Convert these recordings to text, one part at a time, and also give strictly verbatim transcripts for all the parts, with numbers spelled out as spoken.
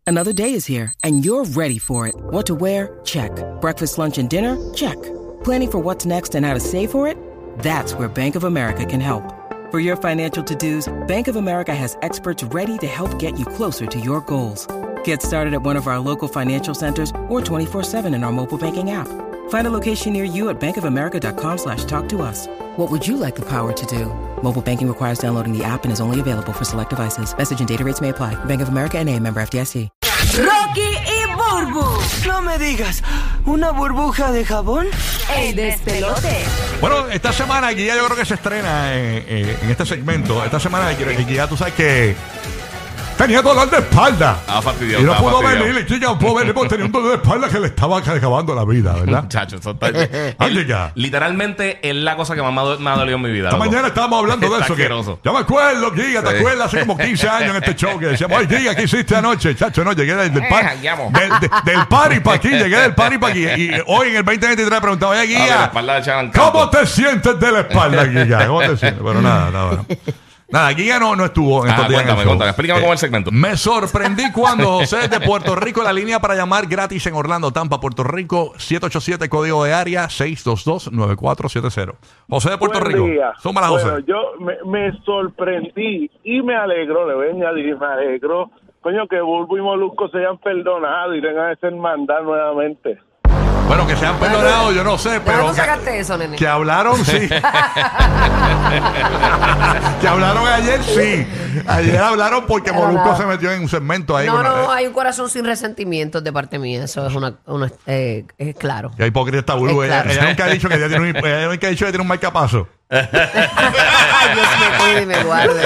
Another day is here, and you're ready for it. What to wear? Check. Breakfast, lunch, and dinner? Check. Planning for what's next and how to save for it? That's where Bank of America can help. For your financial to-dos, Bank of America has experts ready to help get you closer to your goals. Get started at one of our local financial centers or twenty-four seven in our mobile banking app. Find a location near you at bankofamerica.com slash talk to us. What would you like the power to do? Mobile banking requires downloading the app and is only available for select devices. Message and data rates may apply. Bank of America N A, member F D I C. Rocky y Burbu. No me digas, ¿una burbuja de jabón? El despelote. Bueno, esta semana Guía yo creo que se estrena en, en, en este segmento. Esta semana Guía, tú sabes que tenía dolor de espalda. Ah, fastidioso. Y no pudo fastidiado. venir, chica, no pudo venir porque tenía un dolor de espalda que le estaba acabando la vida, ¿verdad? Muchachos, eso está... Ah, el- chica. literalmente es la cosa que más me ha do- me ha dolido en mi vida. Esta loco. mañana estábamos hablando de Está eso. Que, asqueroso. yo me acuerdo, Giga, ¿te Sí. acuerdas? Hace como quince años en este show que decíamos, oye, Giga, ¿qué hiciste anoche? Chacho, no, llegué del, del, Eh, par, jangueamos. del, de- del party para aquí, llegué del party para aquí. Y hoy en el veinte veintitrés preguntaba, oye, A ver, la Giga, espalda de Charan ¿cómo Campo. te sientes de la espalda, Giga? ¿Cómo te sientes? Pero nada, nada, bueno. Nada, Giga no, no estuvo en estos Ah, días en el cuéntame, show. cuéntame. Explícame Eh, cómo es el segmento. Me sorprendí cuando José de Puerto Rico, la línea para llamar gratis en Orlando, Tampa, Puerto Rico, siete ocho siete, código de área seis dos dos, nueve cuatro siete cero. José de Puerto Buen Rico. día. Súmala, José. Bueno, yo me, me sorprendí y me alegro, le voy a añadir, me alegro, coño, que Bulbo y Molusco se hayan perdonado y vengan a esa hermandad nuevamente. Bueno, que se han perdonado, yo no sé, ¿De pero dónde que, sacaste eso, nene? que hablaron, sí. Que hablaron ayer, sí. Ayer hablaron porque Pero Molusco nada. se metió en un segmento ahí. No, con la- no, hay un corazón sin resentimientos de parte mía. Eso es una, una eh, es claro. Qué hipócrita está Bulbo. Es Ella, claro. ella nunca ha dicho que ella tiene un, ella nunca ha dicho que tiene un marcapaso. Ay, Dios me cuide y me guarde.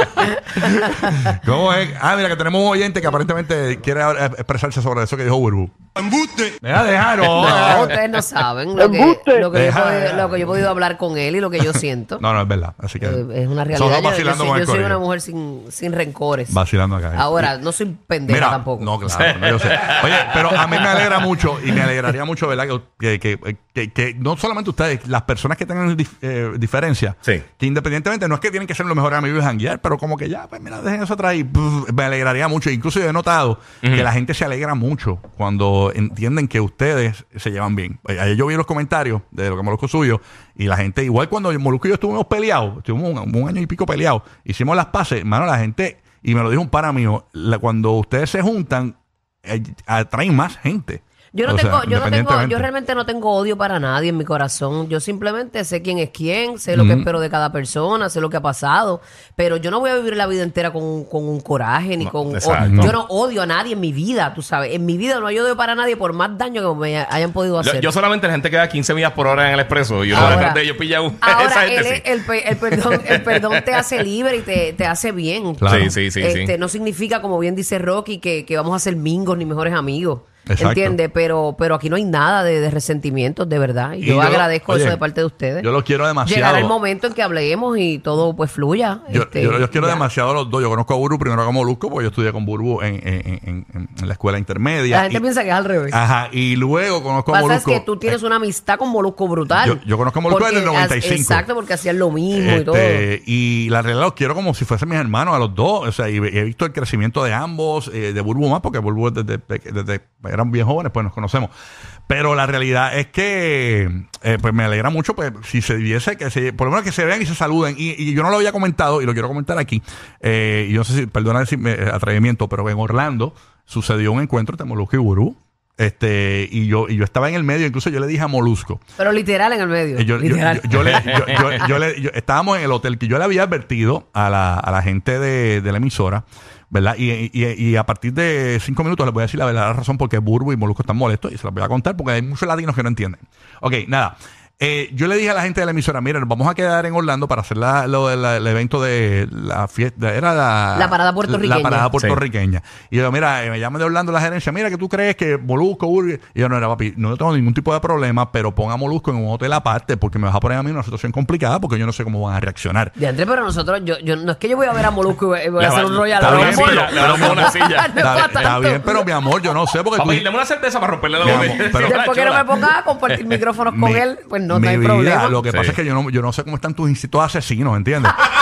¿Cómo es? Ah, mira, que tenemos un oyente que aparentemente quiere eh, expresarse sobre eso que dijo Burbu. ¡Embuste! Deja, deja, no. No, ustedes no saben lo que, Embuste. lo, que yo he Deja, podido, deja. lo que yo he podido hablar con él y lo que yo siento. No, no, es verdad. Así que. Eh, es una Son realidad. dos Yo, yo vacilando soy, con el yo soy corillo. una mujer sin, sin rencores. Vacilando acá. Ahora, no soy pendeja Mira, tampoco. no, claro, no, yo sé. Oye, pero a mí me alegra mucho y me alegraría mucho, ¿verdad? Que, que, que, que, que no solamente ustedes, las personas que tengan dif- eh, diferencia, Sí. que independientemente, no es que tienen que ser los mejores amigos y janguear, pero como que ya, pues mira, dejen eso atrás y pff, me alegraría mucho. Incluso yo he notado que la gente se alegra mucho cuando entienden que ustedes se llevan bien. Eh, Ayer yo vi los comentarios de lo que Molusco suyo y la gente, igual cuando Molusco y yo estuvimos peleados, estuvimos un, un año y pico peleados, hicimos las paces, hermano, la gente, y me lo dijo un pana mío, la- cuando ustedes se juntan, eh, atraen más gente. Yo no O sea, tengo, yo no tengo, independientemente. yo realmente no tengo odio para nadie en mi corazón. Yo simplemente sé quién es quién, sé lo que espero de cada persona, sé lo que ha pasado. Pero yo no voy a vivir la vida entera con, un- con un coraje ni No, con. exacto. o- yo no odio a nadie en mi vida, tú sabes. En mi vida no hay odio para nadie por más daño que me hayan podido Yo, hacer. yo solamente la gente que da quince millas por hora en el expreso y uno Ahora- detrás de ellos pilla un... Ahora, Esa gente el, sí. el pe- el perdón, el perdón te hace libre y te, te hace bien. Claro. Sí, sí, sí, Este, sí. No significa, como bien dice Rocky, que, que vamos a ser mingos ni mejores amigos. Exacto. ¿Entiendes? Pero, pero aquí no hay nada de, de resentimientos, de verdad. Y, Y yo, yo- agradezco oye, eso de parte de ustedes. Yo los quiero demasiado. Llegará el momento en que hablemos y todo pues fluya. Yo, este, yo, yo quiero ya. demasiado a los dos. Yo conozco a Burbu primero como Molusco, porque yo estudié con Burbu en, en, en, en- en la escuela intermedia. La gente y, piensa que es al revés. Ajá, y luego conozco a Pasa es Molusco. que tú tienes una amistad con Molusco brutal. Yo- yo conozco a Molusco Porque desde el noventa y has- cinco. Exacto, porque hacían lo mismo y todo. Este, y la realidad los quiero como si fuesen mis hermanos a los dos. O sea, y he visto el crecimiento de ambos, eh, de Burbu más, porque Burbu desde, desde, desde eran bien jóvenes, pues nos conocemos. Pero la realidad es que eh, pues me alegra mucho pues si se diese que se, por lo menos que se vean y se saluden. Y, y yo no lo había comentado y lo quiero comentar aquí. Eh, y yo no sé si, perdona decirme eh, atrevimiento, pero en Orlando sucedió un encuentro entre Molusco y Burbu. Este, y yo, y yo estaba en el medio, incluso yo le dije a Molusco. Pero literal en el medio. Eh, Yo, yo- literal. yo- yo le, yo- yo- yo le- yo- estábamos en el hotel que yo le había advertido a la, a la gente de, de la emisora, ¿verdad? Y, y- y a partir de cinco minutos les voy a decir la verdadera razón por qué Burbu y Molusco están molestos y se los voy a contar porque hay muchos latinos que no entienden. Ok, nada. Eh, yo le dije a la gente de la emisora, miren, nos vamos a quedar en Orlando para hacer la, lo del el evento de la fiesta, era la... La parada puertorriqueña. La parada puertorriqueña. Y yo, mira, eh, me llaman de Orlando la gerencia, mira, ¿qué tú crees que Molusco, Burbu? Y yo, no, era papi, no tengo ningún tipo de problema, pero ponga a Molusco en un hotel aparte porque me vas a poner a mí en una situación complicada porque yo no sé cómo van a reaccionar. De Andrés, pero nosotros, yo, yo, no es que yo voy a ver a Molusco y voy, voy a Le hacer va- un royal. está rumble. bien, pero- le vamos a una silla. No es Está, pa' está tanto. bien, pero mi amor, yo no sé porque Papi, tú- dame una cerveza para romperle la Mi botella. amor, pero- Después que no me ponga a compartir micrófonos con Mi- él, pues no, mi no hay vida, problema. Lo que Sí. pasa es que yo no, yo no sé cómo están tus instintos asesinos, ¿entiendes?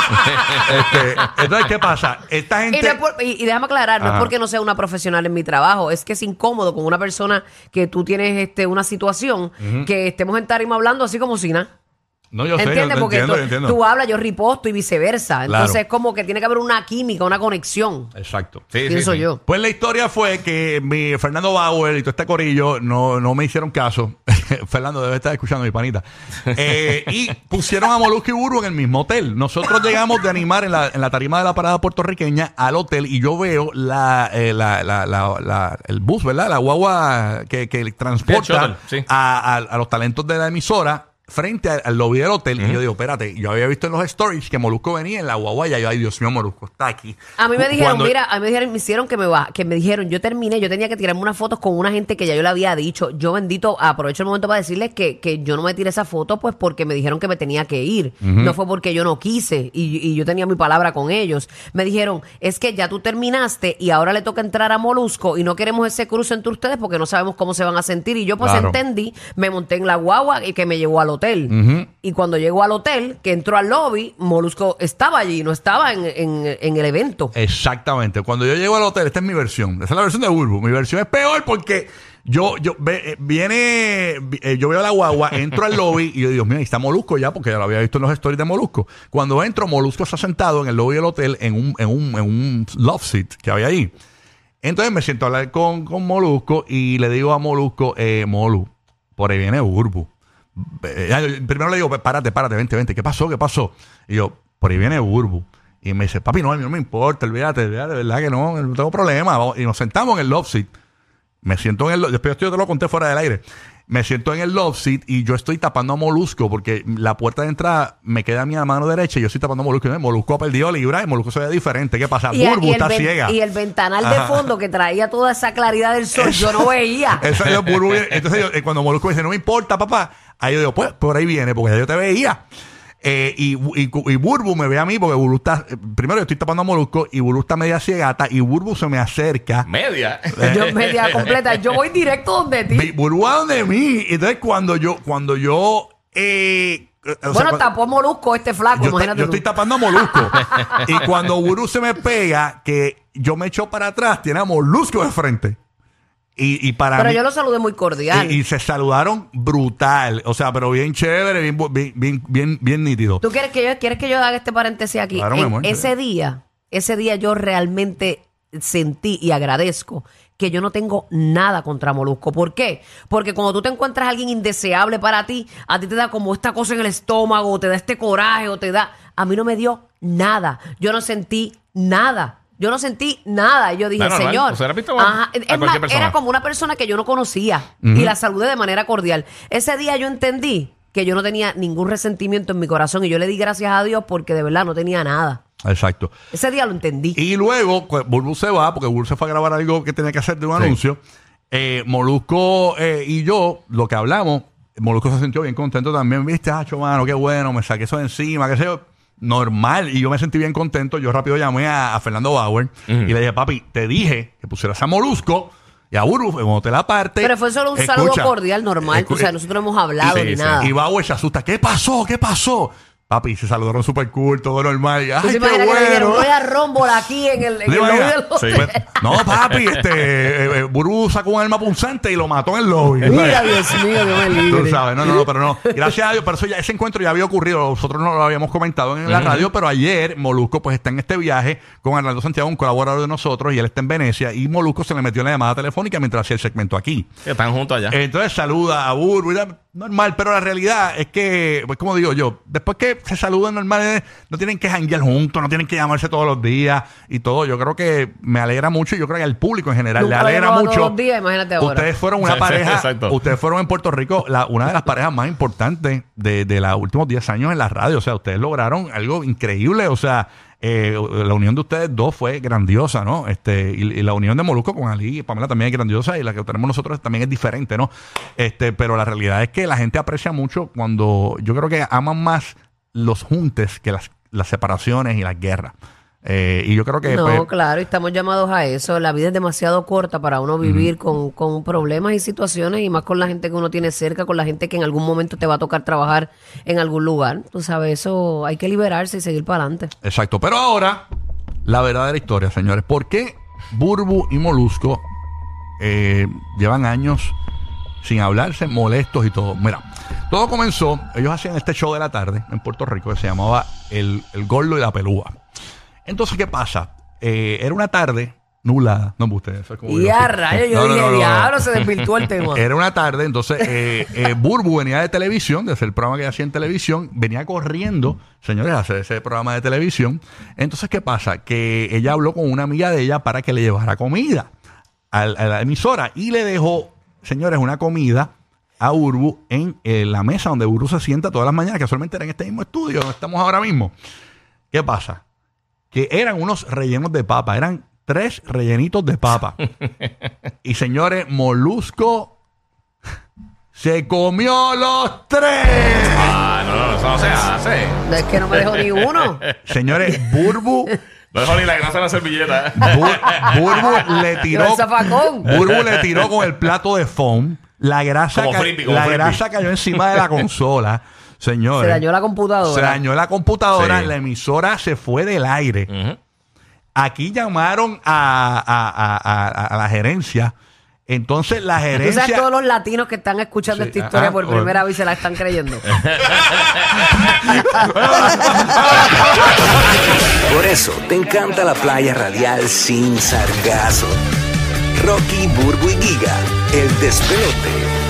este, entonces, ¿qué pasa? Esta gente... Y, no es por- y- y déjame aclarar, no Ajá. es porque no sea una profesional en mi trabajo, es que es incómodo con una persona que tú tienes este, una situación que estemos en tarima hablando así como si nada. No, yo sé, yo, ¿Entiendes? yo Porque entiendo, tú, yo entiendo. tú hablas, yo riposto y viceversa. Claro. Entonces es como que tiene que haber una química, una conexión. Exacto. Sí, sí, Pienso sí. yo. Pues la historia fue que mi Fernando Bauer y todo este corillo no, no me hicieron caso. Fernando debe estar escuchando, mi panita. Eh, y pusieron a Molusco y Burbu en el mismo hotel. Nosotros llegamos de animar en la, en la tarima de la parada puertorriqueña al hotel y yo veo la, eh, la, la, la, la- el bus, ¿verdad? La guagua que, que transporta shuttle, sí. a, a- a los talentos de la emisora frente al, al lobby del hotel. Y yo digo, espérate, yo había visto en los stories que Molusco venía en la guagua y yo, ay, Dios mío, Molusco está aquí. A mí me Cu- dijeron, cuando- mira, a mí me dijeron, me hicieron que me va, que me dijeron, yo terminé, yo tenía que tirarme unas fotos con una gente que ya yo le había dicho. Yo bendito, aprovecho el momento para decirles que, que yo no me tiré esa foto pues porque me dijeron que me tenía que ir. No fue porque yo no quise y, y yo tenía mi palabra con ellos. Me dijeron, es que ya tú terminaste y ahora le toca entrar a Molusco y no queremos ese cruce entre ustedes porque no sabemos cómo se van a sentir. Y yo pues Claro. entendí, me monté en la guagua y que me llevó al hotel. Y cuando llegó al hotel, que entró al lobby, Molusco estaba allí, no estaba en, en- en el evento. Exactamente. Cuando yo llego al hotel, esta es mi versión. Esa es la versión de Burbu. Mi versión es peor porque yo, yo ve- eh, viene, eh, yo veo la guagua, entro al lobby y yo digo, mira, ahí está Molusco ya, porque ya lo había visto en los stories de Molusco. Cuando entro, Molusco está sentado en el lobby del hotel en un, en un, en un love seat que había ahí. Entonces me siento a hablar con, con Molusco y le digo a Molusco, eh, Molu, por ahí viene Burbu. Eh, Primero le digo, párate, párate, vente, vente. ¿Qué pasó? ¿Qué pasó? Y yo, por ahí viene Burbu. Y me dice, papi, no, a mí no me importa, olvídate, olvídate, de verdad que no, no tengo problema. Vamos. Y nos sentamos en el love seat. Me siento en el lo- después yo te lo conté fuera del aire. Me siento en el love seat y yo estoy tapando a Molusco porque la puerta de entrada me queda a mi mano derecha y yo estoy tapando a Molusco. Y Molusco ha perdido libra y Molusco se ve diferente. ¿Qué pasa? Y, Burbu y el está ven- ciega. y el ventanal de Ajá. fondo que traía toda esa claridad del sol, yo no veía. Esa es la Burbu. Entonces, yo, eh, cuando Molusco dice, no me importa, papá, ahí yo digo, pues, por ahí viene, porque ya yo te veía. Eh, y, y, y Burbu me ve a mí, porque Burbu está, eh, primero yo estoy tapando a Molusco y Burbu está media ciegata y Burbu se me acerca. Media. Yo media completa, yo voy directo donde ti. Vi- Burbu a donde mí. Entonces, cuando yo, cuando yo, eh, o sea, Bueno, cuando- tapó Molusco este flaco, yo, imagínate yo tú. estoy tapando a Molusco. Y cuando Burbu se me pega, que yo me echo para atrás, tiene a Molusco de frente. Y, y para Pero mí- yo lo saludé muy cordial. Y, y se saludaron brutal. O sea, pero bien chévere, bien, bu- bien, bien, bien, bien nítido. ¿Tú quieres que yo, quieres que yo haga este paréntesis aquí? Claro, mi En amor, ese día, ese día yo realmente sentí y agradezco que yo no tengo nada contra Molusco. ¿Por qué? Porque cuando tú te encuentras a alguien indeseable para ti, a ti te da como esta cosa en el estómago, o te da este coraje, o te da... A mí no me dio nada. Yo no sentí nada. Yo no sentí nada. Yo dije, Está normal. señor. O sea, ¿has visto a- Ajá. a Es cualquier más, persona? era como una persona que yo no conocía y la saludé de manera cordial. Ese día yo entendí que yo no tenía ningún resentimiento en mi corazón y yo le di gracias a Dios porque de verdad no tenía nada. Exacto. Ese día lo entendí. Y luego, pues, Burbu se va, porque Burbu se fue a grabar algo que tenía que hacer de un Sí. anuncio. Eh, Molusco eh, y yo, lo que hablamos, Molusco se sintió bien contento también. Viste, hacho, mano, qué bueno, me saqué eso de encima, qué sé yo. Normal. Y yo me sentí bien contento. Yo rápido llamé a, a Fernando Bauer y le dije, papi, te dije que pusieras a Molusco y a Burbu en hotel aparte. Pero fue solo un Escucha, saludo cordial normal. escu- O sea, nosotros no hemos hablado Sí, ni sí. nada. Y Bauer se asusta. ¿Qué pasó? ¿Qué pasó? Papi, se saludaron súper cool, todo normal. Y, ¿Tú Ay, te qué imaginas que le dijeron, bueno. voy a rómbola aquí en el, en ¿Te el lobby imaginas? del hotel? Sí. Pues, no, papi, este eh, eh, Burbu sacó un arma punzante y lo mató en el lobby. Mira, ¿sabes? Dios mío, Dios me Tú libre. sabes, no, no, no, pero no. Gracias a Dios, pero eso ya, ese encuentro ya había ocurrido. Nosotros no lo habíamos comentado en la radio, pero ayer Molusco pues está en este viaje con Arnaldo Santiago, un colaborador de nosotros, y él está en Venecia, y Molusco se le metió en la llamada telefónica mientras hacía el segmento aquí. Que están juntos allá. Entonces saluda a Burbu y da- normal, pero la realidad es que, pues como digo yo, después que se saludan normal, eh, no tienen que janguear juntos, no tienen que llamarse todos los días y todo. Yo creo que me alegra mucho y yo creo que al público en general Nunca le lo alegra llamaba mucho. todos los días, imagínate ahora. Ustedes fueron una Sí, sí, pareja, exacto. ustedes fueron en Puerto Rico la, una de las parejas más importantes de, de los últimos diez años en la radio. O sea, ustedes lograron algo increíble. O sea, eh, la unión de ustedes dos fue grandiosa, ¿no? Este, y, y la unión de Molusco con Ali y Pamela también es grandiosa, y la que tenemos nosotros también es diferente, ¿no? Este, pero la realidad es que la gente aprecia mucho cuando, yo creo que aman más los juntes que las, las separaciones y las guerras. Eh, y yo creo que... No, pues, claro, y estamos llamados a eso. La vida es demasiado corta para uno vivir con, con problemas y situaciones, y más con la gente que uno tiene cerca, con la gente que en algún momento te va a tocar trabajar en algún lugar. Tú sabes, eso hay que liberarse y seguir para adelante. Exacto. Pero ahora, la verdadera historia, señores. ¿Por qué Burbu y Molusco eh, llevan años sin hablarse, molestos y todo? Mira, todo comenzó, ellos hacían este show de la tarde en Puerto Rico que se llamaba El, el Gordo y la Pelúa. Entonces, ¿qué pasa? Eh, era una tarde nublada. No, ustedes. Eso es como Y yo, a sí. rayos, yo No, no, dije, no, no, diablo, no. se desvirtuó el tema. Era una tarde, entonces eh, eh, Burbu venía de televisión, de hacer el programa que hacía en televisión, venía corriendo, señores, a hacer ese programa de televisión. Entonces, ¿qué pasa? Que ella habló con una amiga de ella para que le llevara comida a, a la emisora y le dejó, señores, una comida a Burbu en eh, la mesa donde Burbu se sienta todas las mañanas, que solamente era en este mismo estudio donde estamos ahora mismo. ¿Qué pasa? Que eran unos rellenos de papa, eran tres rellenitos de papa. Y señores, Molusco se comió los tres. Ah, no, no, eso no se hace. Es que no me dejó ni uno. Señores, Burbu, No dejó ni la grasa en la servilleta. Bur- Burbu le tiró, Tiró el zafacón. Burbu le tiró con el plato de foam. La grasa, Como ca- frisbee, como la frisbee. grasa cayó encima de la consola. Señores, Se dañó la computadora. Se dañó la computadora, Sí. la emisora se fue del aire. Ujú. Aquí llamaron a, a- a- a- a la gerencia. Entonces la Tú gerencia... sabes todos los latinos que están escuchando Sí, esta historia ajá, por o- primera vez y se la están creyendo. Por eso te encanta la playa radial sin sargazo. Rocky, Burbu y Giga, el despelote.